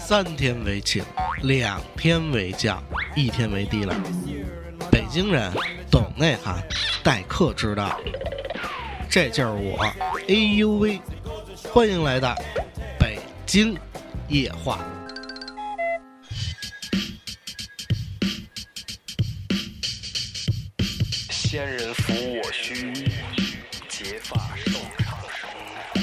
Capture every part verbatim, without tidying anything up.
三天为请，两天为将，一天为低了。北京人懂内涵，待客之道。这就是我 A U V， 欢迎来到北京夜话。 仙人扶我须，结发受长生。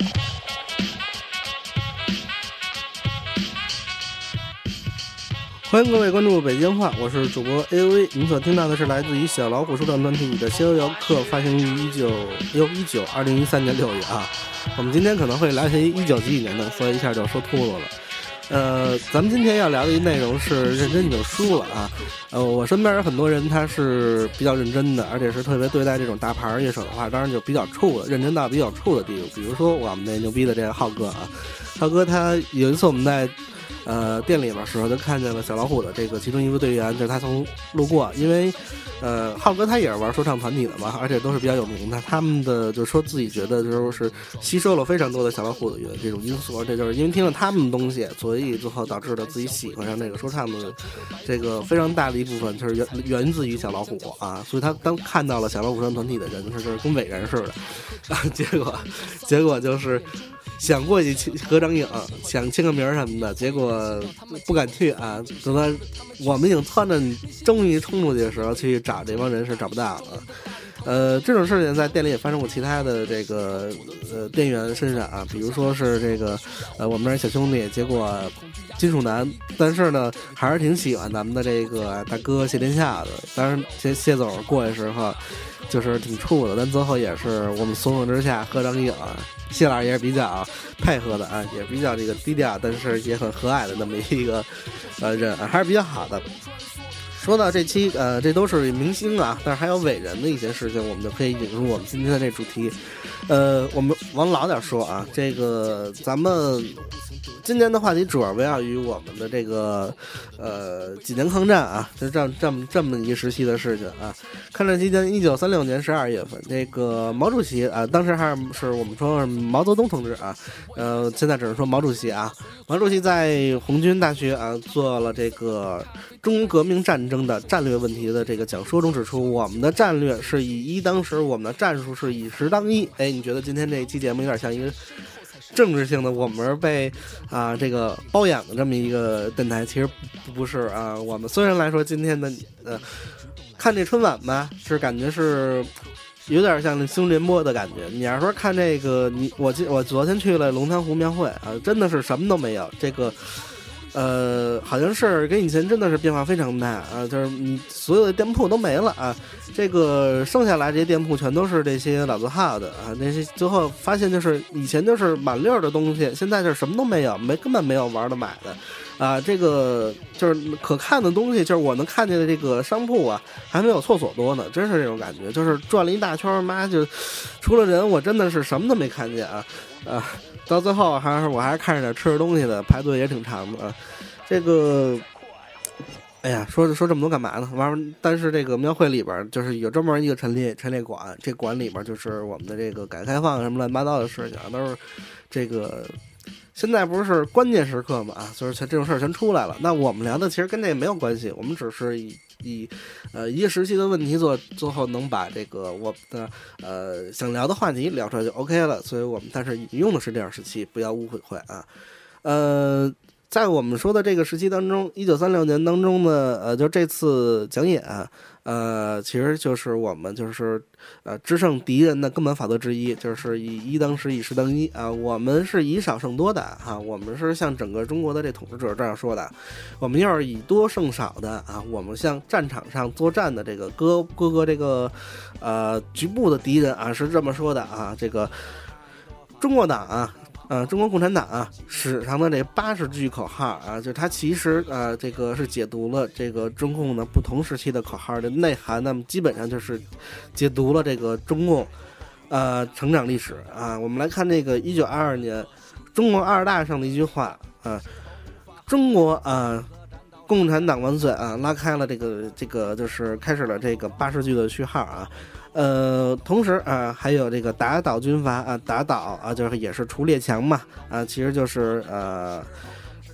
欢迎各位关注北京话，我是主播 A U V。您所听到的是来自于小老虎说唱团体的《逍遥客》，发行于一九哟一九二零一三年六月啊。我们今天可能会聊些一九几几年的，所以一下就说秃噜了。呃，咱们今天要聊的内容是认真你就输了啊。呃，我身边有很多人他是比较认真的，而且是特别对待这种大牌乐手的话，当然就比较怵了，认真到比较怵的地步。比如说我们那牛逼的这个浩哥啊，浩哥他有一次我们在呃店里面的时候就看见了小老虎的这个其中一个队员，就是他从路过，因为呃浩哥他也是玩说唱团体的嘛，而且都是比较有名的，他们的就说自己觉得就是吸收了非常多的小老虎的这种因素，这就是因为听了他们的东西，所以最后导致了自己喜欢上这个说唱的这个非常大的一部分就是源源自于小老虎啊，所以他当看到了小老虎说唱团体的人是就是跟伟人似的啊，结果结果就是想过去合张影，想签个名什么的，结果不敢去啊。等到我们已经穿着终于冲出去的时候，去找这帮人是找不到了。呃，这种事情在店里也发生过其他的这个呃店员身上啊，比如说是这个呃我们那小兄弟，结果金属男，但是呢还是挺喜欢咱们的这个大哥谢天笑的。当然谢谢总过去时候就是挺怵的，但最后也是我们怂恿之下合张影啊。谢老师也是比较配合的啊，也比较这个低调，但是也很和蔼的那么一个呃人，还是比较好的。说到这期呃，这都是明星啊，但是还有伟人的一些事情，我们就可以引入我们今天的这主题。呃，我们往老点说啊，这个咱们今年的话题主要围绕于我们的这个呃几年抗战啊，就这么这么这么一时期的事情啊。抗战期间，一九三六年十二月份，这个毛主席啊，当时还是是我们说是毛泽东同志啊，呃，现在只是说毛主席啊。毛主席在红军大学啊做了这个中国革命战争的战略问题的这个讲说中指出，我们的战略是以一当十，我们的战术是以十当一。哎，你觉得今天这一期节目有点像一个政治性的我们被啊这个包养的这么一个电台？其实不是啊，我们虽然来说今天的呃看这春晚吧，是感觉是有点像新闻联播的感觉。你要说看这个，你我我昨天去了龙潭湖庙会啊，真的是什么都没有。这个呃，好像是跟以前真的是变化非常大啊，就是你所有的店铺都没了啊。这个剩下来这些店铺全都是这些老字号的啊，那些最后发现就是以前就是满溜的东西，现在就是什么都没有，没根本没有玩的买的。啊，这个就是可看的东西，就是我能看见的这个商铺啊，还没有厕所多呢，真是这种感觉。就是转了一大圈，妈就除了人，我真的是什么都没看见啊啊！到最后还是我还是看着点吃的东西的，排队也挺长的啊。这个，哎呀，说说这么多干嘛呢？完，但是这个庙会里边就是有专门一个陈列陈列馆，这馆里边就是我们的这个改革开放什么乱七八糟的事情，都是这个。现在不是关键时刻嘛啊，就是这种事儿全出来了。那我们聊的其实跟这没有关系，我们只是以以呃一个时期的问题做，最后能把这个我的呃想聊的话题聊出来就 OK 了。所以我们但是引用的是这样时期，不要误会会啊。呃，在我们说的这个时期当中，一九三六年当中呢，呃，就这次讲演啊。呃，其实就是我们就是呃制胜敌人的根本法则之一，就是以一当十，以十当一啊。我们是以少胜多的哈、啊，我们是向整个中国的这统治者这样说的，我们要是以多胜少的啊，我们向战场上作战的这个各各个这个呃局部的敌人啊是这么说的啊，这个中国党啊。呃，中国共产党啊，史上的这八十句口号啊，就它其实呃，这个是解读了这个中共的不同时期的口号的内涵，那么基本上就是解读了这个中共呃成长历史啊。我们来看这个一九二二年中国二大上的一句话啊，中国啊。共产党万岁啊，拉开了这个这个就是开始了这个八十句的序号啊，呃，同时啊还有这个打倒军阀啊，打倒啊就是也是除列强嘛啊，其实就是呃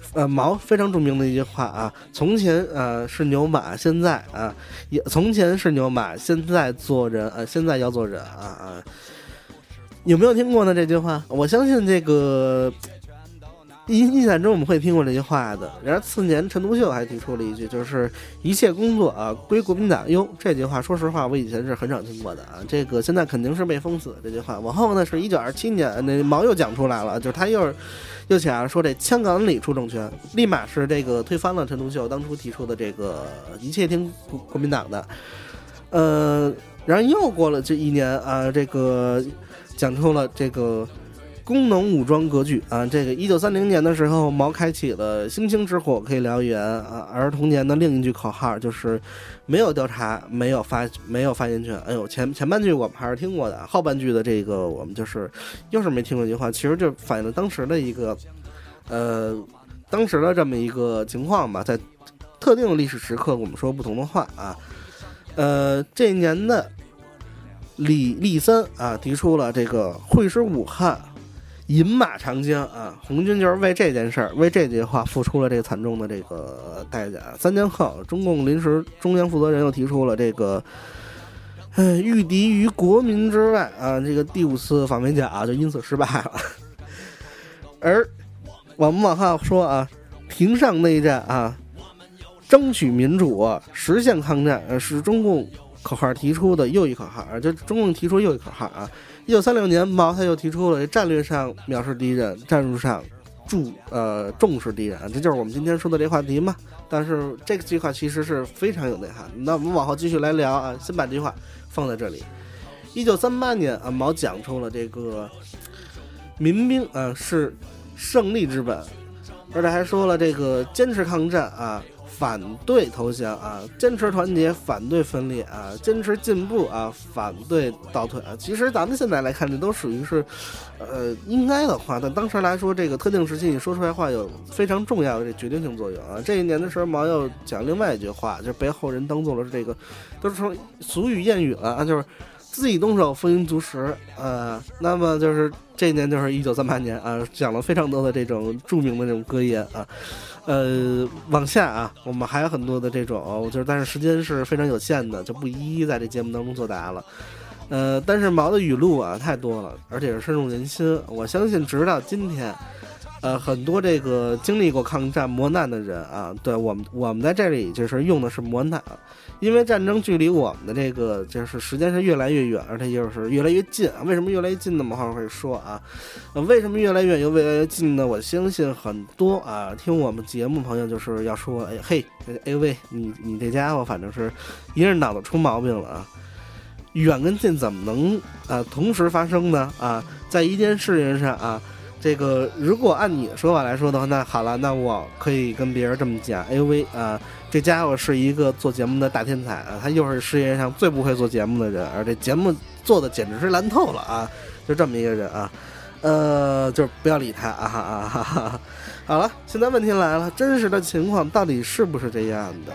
呃毛非常著名的一句话啊，从前呃是牛马，现在啊也从前是牛马，现在做人呃现在要做人啊啊，有没有听过呢这句话？我相信这个印印象中我们会听过这句话的。然而次年陈独秀还提出了一句，就是一切工作啊归国民党。哟，这句话说实话我以前是很少听过的啊，这个现在肯定是被封死的这句话。往后呢是一九二七年那毛又讲出来了，就是他又是又想说这枪杆里出政权，立马是这个推翻了陈独秀当初提出的这个一切听国民党的。呃，然后又过了这一年啊，这个讲出了这个工农武装割据啊，这个一九三零年的时候，毛开启了星星之火可以燎原啊，而同年的另一句口号就是没有调查，没有发没有发言权。哎呦，前前半句我们还是听过的，后半句的这个我们就是又是没听过这句话，其实就反映了当时的一个呃当时的这么一个情况吧，在特定的历史时刻我们说不同的话啊。呃，这一年的李立三啊提出了这个会师武汉，饮马长江啊，红军就是为这件事儿，为这句话付出了这个惨重的这个代价。三年后，中共临时中央负责人又提出了这个，呃，御敌于国民之外啊，这个第五次反围剿啊就因此失败了。而我们往下说啊，平上内战啊，争取民主啊，实现抗战，呃，是中共口号提出的又一口号啊，就中共提出又一口号啊。一九三六年，毛他又提出了战略上藐视敌人，战术上注呃重视敌人，这就是我们今天说的这话题嘛。但是这个句话其实是非常有内涵。那我们往后继续来聊啊，先把这句话放在这里。一九三八年啊，毛讲出了这个民兵啊是胜利之本，而且还说了这个坚持抗战啊，反对投降啊，坚持团结，反对分裂啊，坚持进步啊，反对倒退啊。其实咱们现在来看，这都属于是，呃，应该的话，但当时来说，这个特定时期你说出来话有非常重要的这决定性作用啊。这一年的时候，毛又讲另外一句话，就是被后人当做了这个，都是说俗语谚语了啊，就是自己动手，丰衣足食，呃，那么就是这一年就是一九三八年啊，讲了非常多的这种著名的这种格言啊。呃，往下啊，我们还有很多的这种，就是但是时间是非常有限的，就不一一在这节目当中作答了。呃，但是毛的语录啊太多了，而且是深入人心。我相信直到今天，呃，很多这个经历过抗战磨难的人啊，对我们我们在这里就是用的是磨难，因为战争距离我们的这个就是时间是越来越远，而且又是越来越近。为什么越来越近呢？我们后会说啊，呃，为什么越来越远又越来越近呢？我相信很多啊听我们节目朋友就是要说，哎嘿，哎喂，你你这家伙反正是一人脑子出毛病了啊！远跟近怎么能啊同时发生呢？啊，在一件事情上啊。这个如果按你的说法来说的话，那好了，那我可以跟别人这么讲 ，A V 啊，这家伙是一个做节目的大天才啊，他又是世界上最不会做节目的人，而这节目做的简直是烂透了啊，就这么一个人啊，呃，就是不要理他啊哈啊哈哈。好了，现在问题来了，真实的情况到底是不是这样的？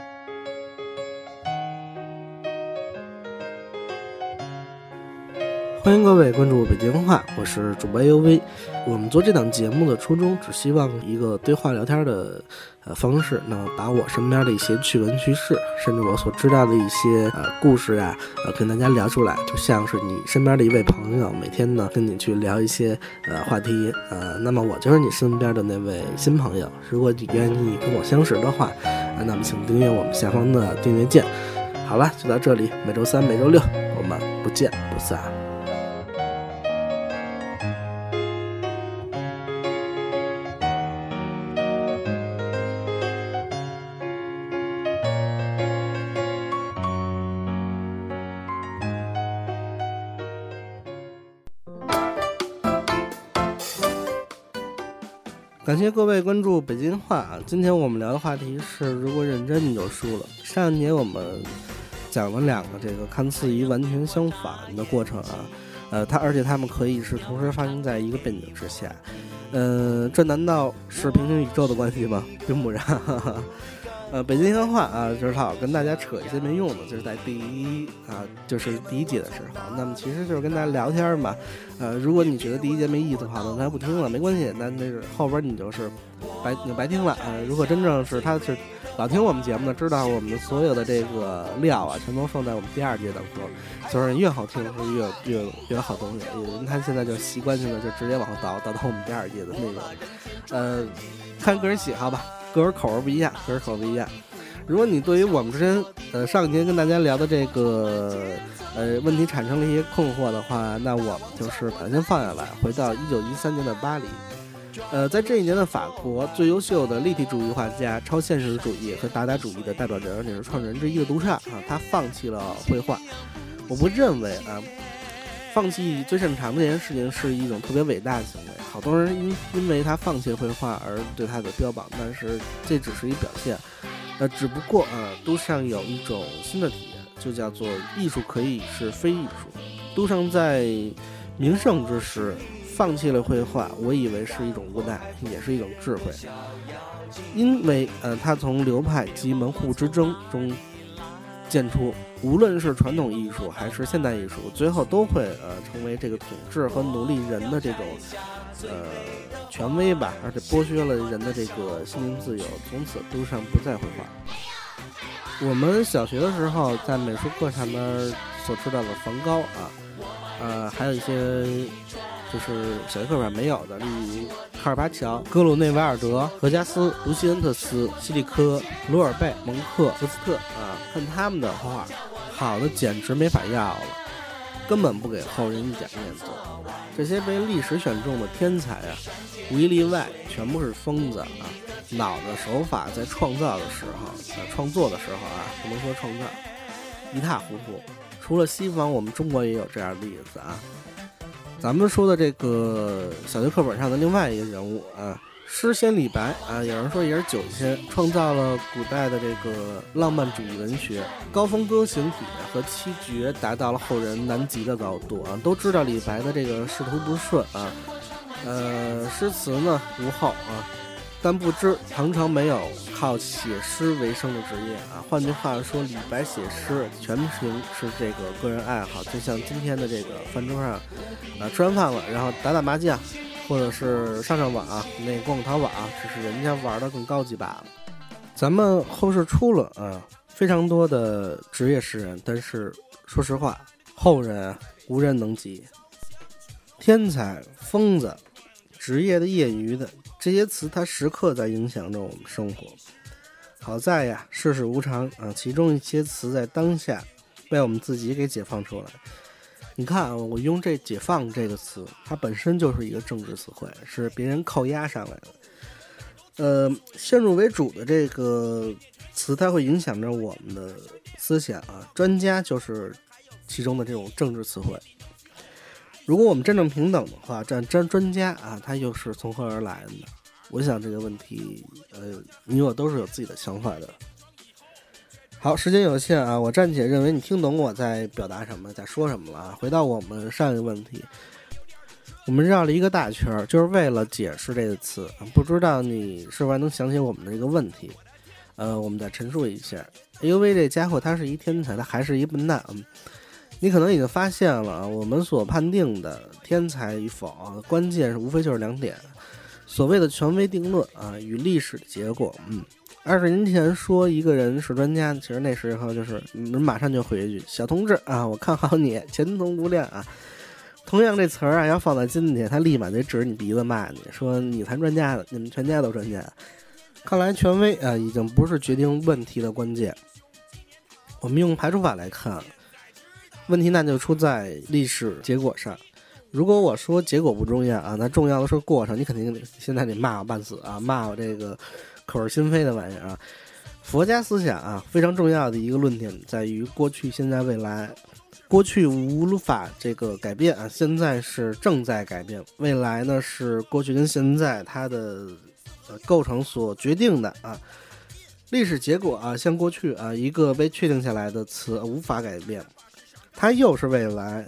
欢迎各位关注北京话，我是主播 A U V。我们做这档节目的初衷，只希望一个对话聊天的呃方式，那么把我身边的一些趣闻趣事，甚至我所知道的一些呃故事啊，呃跟大家聊出来，就像是你身边的一位朋友，每天呢跟你去聊一些呃话题，呃，那么我就是你身边的那位新朋友。如果你愿意跟我相识的话，呃、那么请订阅我们下方的订阅键。好了，就到这里，每周三、每周六我们不见不散。感谢各位关注北京话啊！今天我们聊的话题是，如果认真你就输了。上一节我们讲了两个这个看似于完全相反的过程啊，呃，它而且它们可以是同时发生在一个背景之下，呃，这难道是平行宇宙的关系吗？并不然。 呃，北京一番话啊，就是老跟大家扯一些没用的，就是在第一啊，就是第一季的时候。那么其实就是跟大家聊天嘛。呃，如果你觉得第一节没意思的话，那咱不听了没关系，那那是后边你就是白你白听了啊、呃。如果真正是他是老听我们节目的，知道我们的所有的这个料啊，全都放在我们第二季当中，就是越好听是越越越有好东西。因为他现在就习惯性的就直接往后倒倒到我们第二季的内容。呃，看个人喜好吧。个人口味不一样，个人口味不一样。如果你对于我们之前呃上一节跟大家聊的这个呃问题产生了一些困惑的话，那我们就是把它先放下来，回到一九一三年的巴黎。呃，在这一年的法国，最优秀的立体主义画家、超现实主义和达达主义的代表人，也是创始人之一的杜尚啊，他放弃了绘画。我不认为啊，放弃最擅长的这件事情是一种特别伟大的行为。好多人因因为他放弃了绘画而对他的标榜，但是这只是一表现。呃，只不过啊，杜尚有一种新的体验，就叫做艺术可以是非艺术。杜尚在名盛之时放弃了绘画，我以为是一种无奈，也是一种智慧。因为呃，他从流派及门户之争中见出，无论是传统艺术还是现代艺术，最后都会呃成为这个统治和奴隶人的这种呃权威吧，而且剥削了人的这个心灵自由。从此杜尚不再绘画。我们小学的时候在美术课上面所知道的梵高啊，呃，还有一些就是小学课本没有的，例如卡尔巴乔、格鲁内瓦尔德、何加斯、卢西恩特斯、希利科、罗尔贝、蒙克、福斯特啊，看他们的画，好的简直没法要了，根本不给后人一点面子。这些被历史选中的天才啊，无一例外全部是疯子啊，脑子手法在创造的时候、呃、创作的时候啊，不能说创造，一塌糊涂。除了西方，我们中国也有这样的例子啊。咱们说的这个小学课本上的另外一个人物啊，诗仙李白啊，有人说也是酒仙，创造了古代的这个浪漫主义文学，高风歌行体和七绝达到了后人难及的高度啊。都知道李白的这个仕途不顺啊，呃，诗词呢无后啊，但不知常常没有靠写诗为生的职业啊。换句话说，李白写诗全凭是这个个人爱好，就像今天的这个饭桌上啊，吃完饭了，然后打打麻将，或者是上上网啊，那逛淘宝，只是人家玩的更高级罢了。咱们后世出了啊非常多的职业诗人，但是说实话，后人啊无人能及。天才、疯子、职业的、业余的，这些词它时刻在影响着我们生活。好在呀，世事无常啊，其中一些词在当下被我们自己给解放出来。你看啊，我用这解放这个词，它本身就是一个政治词汇，是别人扣押上来的。呃，先入为主的这个词，它会影响着我们的思想啊。专家就是其中的这种政治词汇。如果我们真正平等的话，这专专家啊，他又是从何而来的呢？我想这个问题，呃，你我都是有自己的想法的。好，时间有限啊，我暂且认为你听懂我在表达什么，在说什么了啊。回到我们上一个问题，我们绕了一个大圈，就是为了解释这个词，不知道你是否能想起我们的这个问题？呃，我们再陈述一下 ，A U V 这家伙他是一天才，他还是一笨蛋。嗯你可能已经发现了，我们所判定的天才与否，关键是无非就是两点：所谓的权威定论啊，与历史的结果。嗯，二十年前说一个人是专家，其实那时候就是人马上就回一句：“小同志啊，我看好你，前途无量啊。”同样这词儿啊，要放在今天，他立马得指着你鼻子骂你说：“你才专家的，你们全家都专家。”看来权威啊，已经不是决定问题的关键。我们用排除法来看。问题那就出在历史结果上。如果我说结果不重要啊，那重要的是过程，你肯定现在得骂我半死啊，骂我这个口是心非的玩意儿啊。佛家思想啊，非常重要的一个论点在于过去、现在、未来。过去无法这个改变啊，现在是正在改变，未来呢是过去跟现在它的呃构成所决定的啊。历史结果啊，像过去啊，一个被确定下来的词无法改变。它又是未来，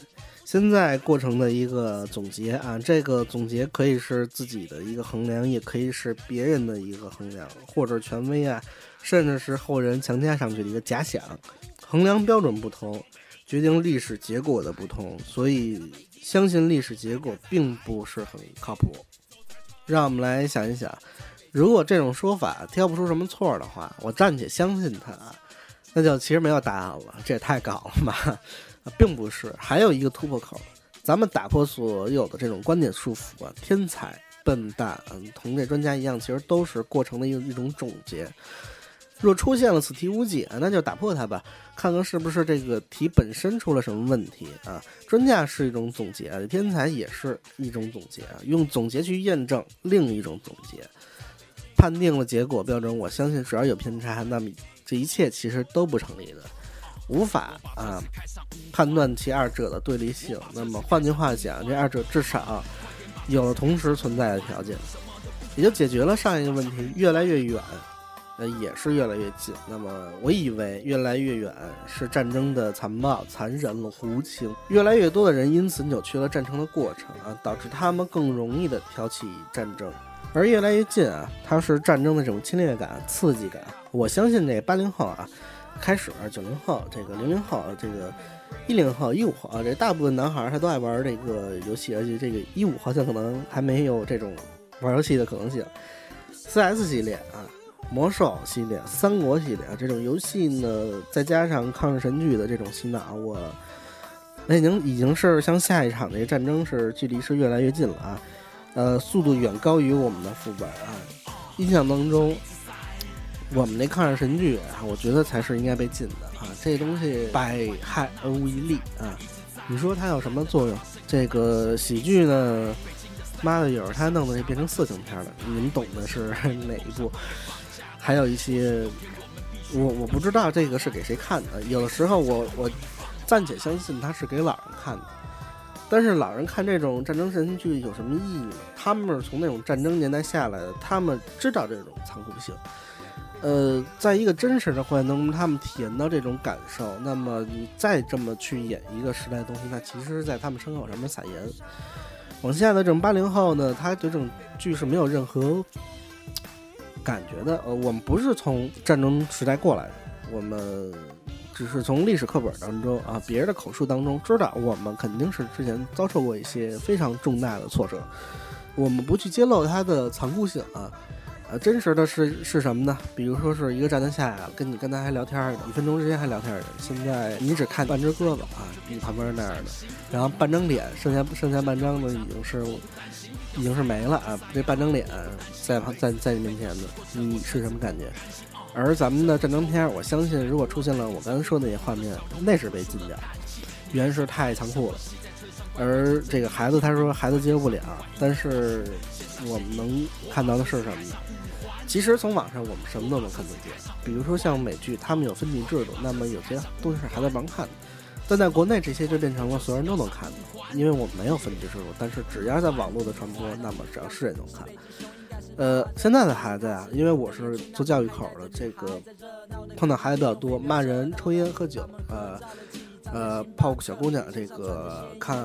现在过程的一个总结啊，这个总结可以是自己的一个衡量，也可以是别人的一个衡量，或者权威啊，甚至是后人强加上去的一个假想。衡量标准不同，决定历史结果的不同，所以相信历史结果并不是很靠谱。让我们来想一想，如果这种说法挑不出什么错的话，我暂且相信它，那就其实没有答案了，这也太高了吧。并不是，还有一个突破口，咱们打破所有的这种观点束缚啊，天才、笨蛋，嗯，同这专家一样，其实都是过程的一一种总结。若出现了此题无解，那就打破它吧，看看是不是这个题本身出了什么问题啊？专家是一种总结，天才也是一种总结啊，用总结去验证另一种总结，判定了结果标准。我相信只要有偏差，那么这一切其实都不成立的。无法啊判断其二者的对立性，那么换句话讲，这二者至少有了同时存在的条件，也就解决了上一个问题，越来越远，呃，也是越来越近。那么我以为越来越远是战争的残暴、残忍、无情，越来越多的人因此扭曲了战争的过程啊，导致他们更容易的挑起战争。而越来越近啊，它是战争的这种侵略感、刺激感。我相信这八零后啊。开始九零后，这个零零后，这个一零后、一五后啊，这大部分男孩他都爱玩这个游戏，而且这个一五好像可能还没有这种玩游戏的可能性。C S 系列啊，魔兽系列、三国系列啊，这种游戏呢，再加上抗日神剧的这种洗脑，我那已经已经是像下一场这个战争是距离是越来越近了啊，呃，速度远高于我们的副本啊。印象当中，我们那抗日神剧啊，我觉得才是应该被禁的啊！这东西百害而无一利啊！你说它有什么作用？这个喜剧呢，妈的，有时候它弄的变成色情片了，你们懂的是哪一部？还有一些，我我不知道这个是给谁看的。有的时候我我暂且相信它是给老人看的，但是老人看这种战争神剧有什么意义呢？他们是从那种战争年代下来的，他们知道这种残酷性。呃，在一个真实的环境当中，他们体验到这种感受，那么你再这么去演一个时代的东西，那其实在他们身后上面撒盐。往下的这种八零后呢，他对这种剧是没有任何感觉的。呃，我们不是从战争时代过来的，我们只是从历史课本当中啊，别人的口述当中知道，我们肯定是之前遭受过一些非常重大的挫折。我们不去揭露它的残酷性啊。呃，真实的是是什么呢？比如说是一个战斗下来了，跟你跟他还聊天的，一分钟之间还聊天的，现在你只看半只胳膊啊，你旁边那样的，然后半张脸，剩下剩下半张呢已经是已经是没了啊，这半张脸在在在你面前的，你是什么感觉？而咱们的战争片，我相信如果出现了我刚才说的那些画面，那是被禁掉，原是太残酷了。而这个孩子他说孩子接受不了，但是我们能看到的是什么呢？其实从网上我们什么都能看得见，比如说像美剧，他们有分级制度，那么有些东西是孩子不让看的，但在国内这些就变成了所有人都能看的，因为我们没有分级制度，但是只要在网络的传播，那么只要是人能看。呃，现在的孩子啊，因为我是做教育口的，这个碰到孩子比较多，骂人、抽烟、喝酒，呃。呃，泡小姑娘这个看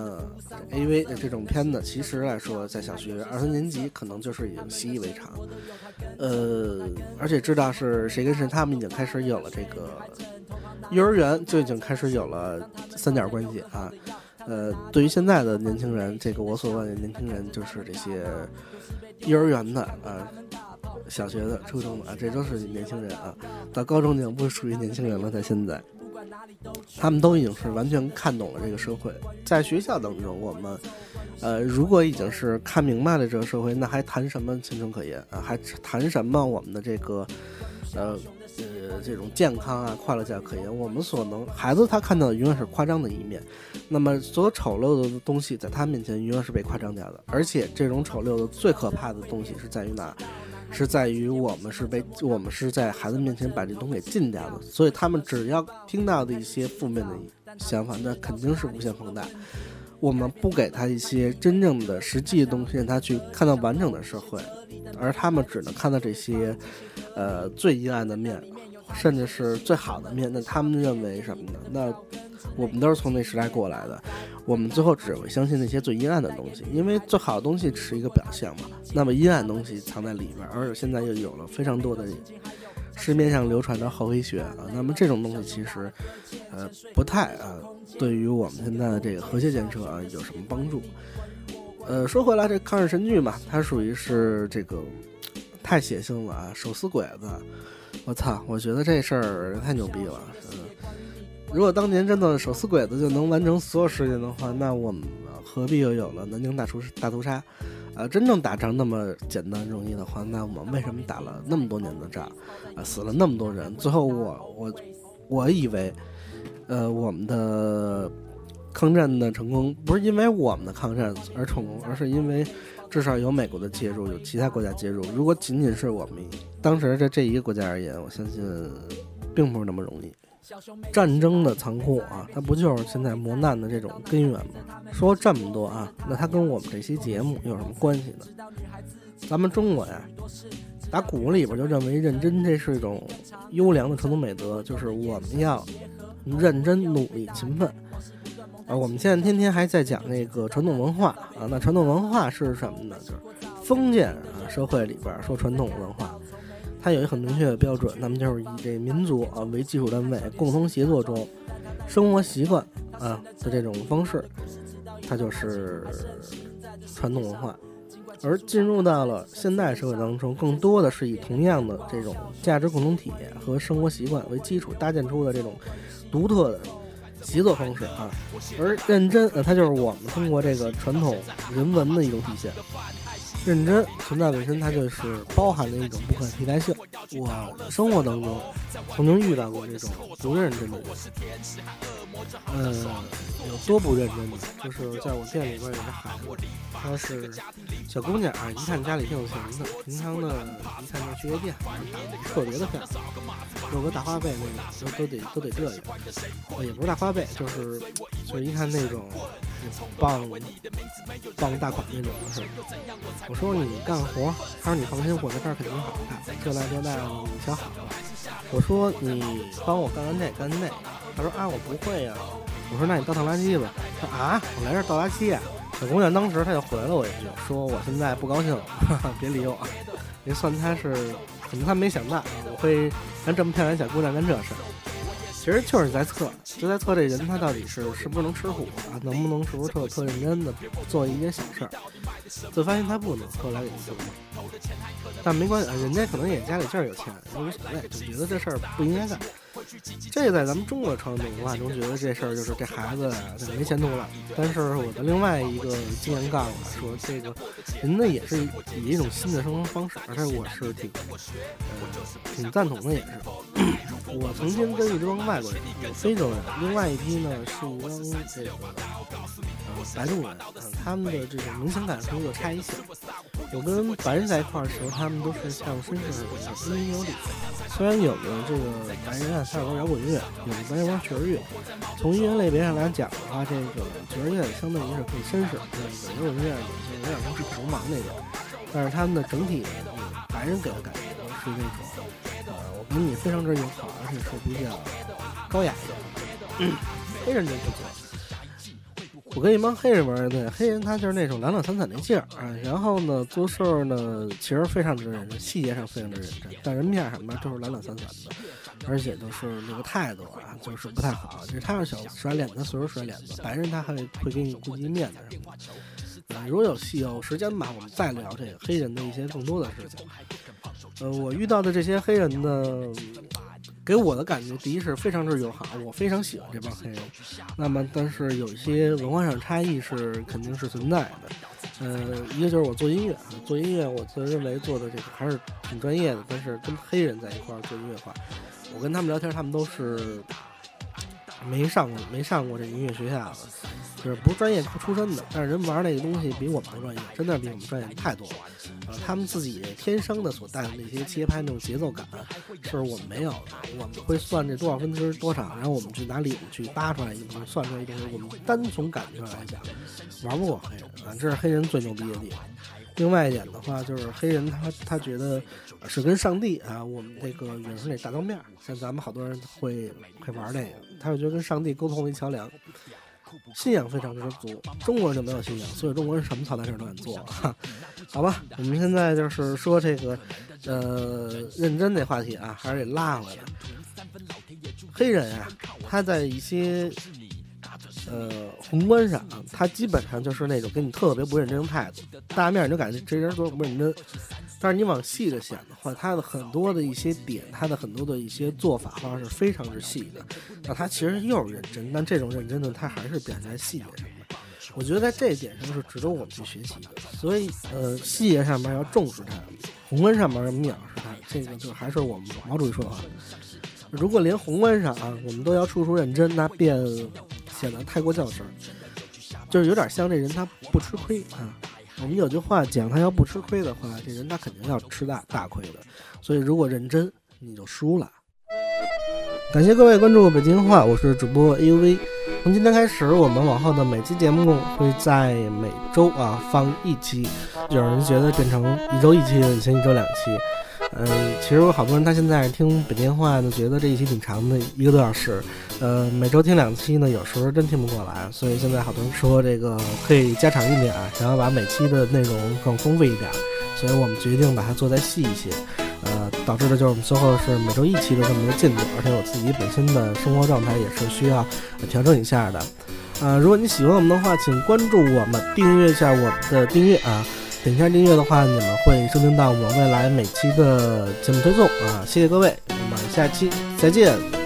A V 的这种片子，其实来说，在小学二三年级可能就是已经习以为常，呃，而且知道是谁跟谁，他们已经开始有了这个幼儿园就已经开始有了三角关系啊。呃，对于现在的年轻人，这个我所谓的年轻人，就是这些幼儿园的啊。小学的、初中的啊，这都是年轻人啊。到高中就不属于年轻人了，在现在。他们都已经是完全看懂了这个社会，在学校当中，我们，呃，如果已经是看明白了这个社会，那还谈什么青春可言啊？还谈什么我们的这个，呃呃，这种健康啊、快乐价可言？我们所能，孩子他看到的永远是夸张的一面，那么所有丑陋的东西在他面前永远是被夸张掉的，而且这种丑陋的最可怕的东西是在于哪？是在于我们是被我们是在孩子面前把这东西给禁掉的，所以他们只要听到的一些负面的想法，那肯定是无限放大。我们不给他一些真正的实际的东西，让他去看到完整的社会，而他们只能看到这些呃最阴暗的面，甚至是最好的面。那他们认为什么呢？那我们都是从那时代过来的， 我们最后只会相信那些最阴暗的东西，因为最好的东西是一个表象嘛，那么阴暗的东西藏在里边，而且现在又有了非常多的市面上流传的厚黑学啊，那么这种东西其实呃不太啊对于我们现在的这个和谐建设啊有什么帮助。呃说回来，这抗日神剧嘛，它属于是这个太血腥了啊，手撕鬼子，我操，我觉得这事儿太牛逼了。嗯，如果当年真的手撕鬼子就能完成所有事件的话，那我们何必又有了南京大屠大屠杀？啊，真正打仗那么简单容易的话，那我们为什么打了那么多年的仗，啊，死了那么多人？最后我我我以为，呃，我们的抗战的成功不是因为我们的抗战而成功，而是因为至少有美国的介入，有其他国家介入。如果仅仅是我们当时的这一个国家而言，我相信并不是那么容易。战争的残酷啊，它不就是现在磨难的这种根源吗？说这么多啊，那它跟我们这期节目有什么关系呢？咱们中国呀，打骨里边就认为认真这是一种优良的传统美德，就是我们要认真努力勤奋啊。我们现在天天还在讲那个传统文化啊，那传统文化是什么呢？就是封建啊社会里边说传统文化，它有一个很明确的标准，那么就是以这民族啊为基础单位，共同协作中生活习惯啊的这种方式，它就是传统文化。而进入到了现代社会当中，更多的是以同样的这种价值共同体和生活习惯为基础搭建出的这种独特的协作方式啊。而认真呃，它就是我们中国这个传统人文的一种体现。认真存在本身，它就是包含了一种不可替代性。我生活当中曾经遇到过这种不认真的人，呃，有多不认真的，就是在我店里边有个孩子，她是小姑娘啊，一看家里挺有钱的，平常呢一看就去夜店，打的特别的漂亮，有个大花背那种，都得都得这样，呃，也不是大花背，就是就是一看那种傍傍大款那种的事。我说你干活，他说你放心，我在这儿肯定好看，这来这那的你想好了。我说你帮我干干这干那，他说啊我不会呀、啊。我说那你倒腾垃圾吧。他说啊我来这儿倒垃圾啊。小姑娘当时他就回了我一句，说我现在不高兴了，哈哈，别理我。也算他是可能他没想到我会让这么漂亮小姑娘干这事。其实就是在测，就在测这人他到底是是不是能吃苦啊，能不能是不是特特认真的做一件小事儿。就发现他不能，后来给做了，但没关系，人家可能也家里劲儿有钱，也无所谓，就觉得这事儿不应该干。这在咱们中国传统文化中，觉得这事儿就是这孩子没前途了。但是我的另外一个经验告诉我说，这个人呢也是以一种新的生活方式，而且我是挺呃挺赞同的，也是。我曾经跟一帮外国人，有非洲人，另外一批呢是一帮这个呃白种人，呃，他们的这种明显感受有差异性。我跟白人在一块儿的时候，他们都是像绅士似的彬彬有礼。虽然有的这个白人啊，他玩摇滚乐，有的白人玩爵士乐。从音乐类别上来讲的话，这个爵士乐相对于是更绅士，这个摇滚乐呢就有点像地痞流氓那种。但是他们的整体的白人给的感觉是那种，呃，我跟你非常之友好，而且是比较高雅一点。黑人就不错。我跟一帮黑人玩的，对，黑人他就是那种懒懒散散那劲儿啊，然后呢做事儿呢其实非常之认真，细节上非常之认真，但人面上面就是懒懒散散的，而且就是那个态度啊就是不太好。就是他要想甩脸子，随时甩脸子，白人他还会给你顾及面子什么的。呃，如果有戏有时间吧，我们再聊这个黑人的一些更多的事情。呃，我遇到的这些黑人的。给我的感觉，第一是非常之友好，我非常喜欢这帮黑人。那么，但是有一些文化上差异是肯定是存在的。呃，一个就是我做音乐，做音乐我自认为做的这个还是挺专业的，但是跟黑人在一块儿做音乐的话，我跟他们聊天，他们都是没上过没上过这音乐学校的，就是不是专业出身的，但是人玩那个东西比我们都专业，真的比我们专业太多了。呃，他们自己天生的所带的那些节拍那种节奏感，是我们没有的。我们会算这多少分之多少，然后我们去拿理去扒出来一个东西，算出来一个东西。我们单从感觉上来讲，玩不过黑人啊，这是黑人最牛逼的地方。另外一点的话，就是黑人他他觉得是跟上帝啊，我们这个原是那大当面，像咱们好多人会会玩这个，他就觉得跟上帝沟通的一桥梁。 信仰非常之足。中国人就没有信仰，所以中国人什么操蛋事都敢做。哈，好吧，我们现在就是说这个呃认真这话题啊，还是得拉回来。黑人啊，他在一些呃宏观上，他基本上就是那种跟你特别不认真的态度，大面你就感觉这人多不认真。但是你往细的想的话，他的很多的一些点，他的很多的一些做法方式非常之细的。那他其实又是认真，但这种认真呢，他还是表现在细节上面。我觉得在这一点上是值得我们去学习的。所以，呃，细节上面要重视它，宏观上面要藐视它。这个就还是我们毛主席说的话。如果连宏观上啊，我们都要处处认真，那便显得太过较真儿，就是有点像这人他不吃亏啊。我们有句话讲，他要不吃亏的话，这人他肯定要吃大大亏的。所以如果认真，你就输了。感谢各位关注北京话，我是主播 A U V。从今天开始，我们往后的每期节目会在每周啊放一期。有人觉得变成一周一期的，以前一周两期。嗯，其实有好多人他现在听北京话呢，觉得这一期挺长的，一个多小时。呃，每周听两期呢，有时候真听不过来，所以现在好多人说这个可以加长一点，想要把每期的内容更丰富一点，所以我们决定把它做再细一些。呃，导致的就是我们最后是每周一期的这么一个进度，而且我自己本身的生活状态也是需要调整一下的。呃，如果你喜欢我们的话，请关注我们，订阅一下我们的订阅啊。点一下订阅的话，你们会收听到我们未来每期的节目推送啊！谢谢各位，我们下期再见。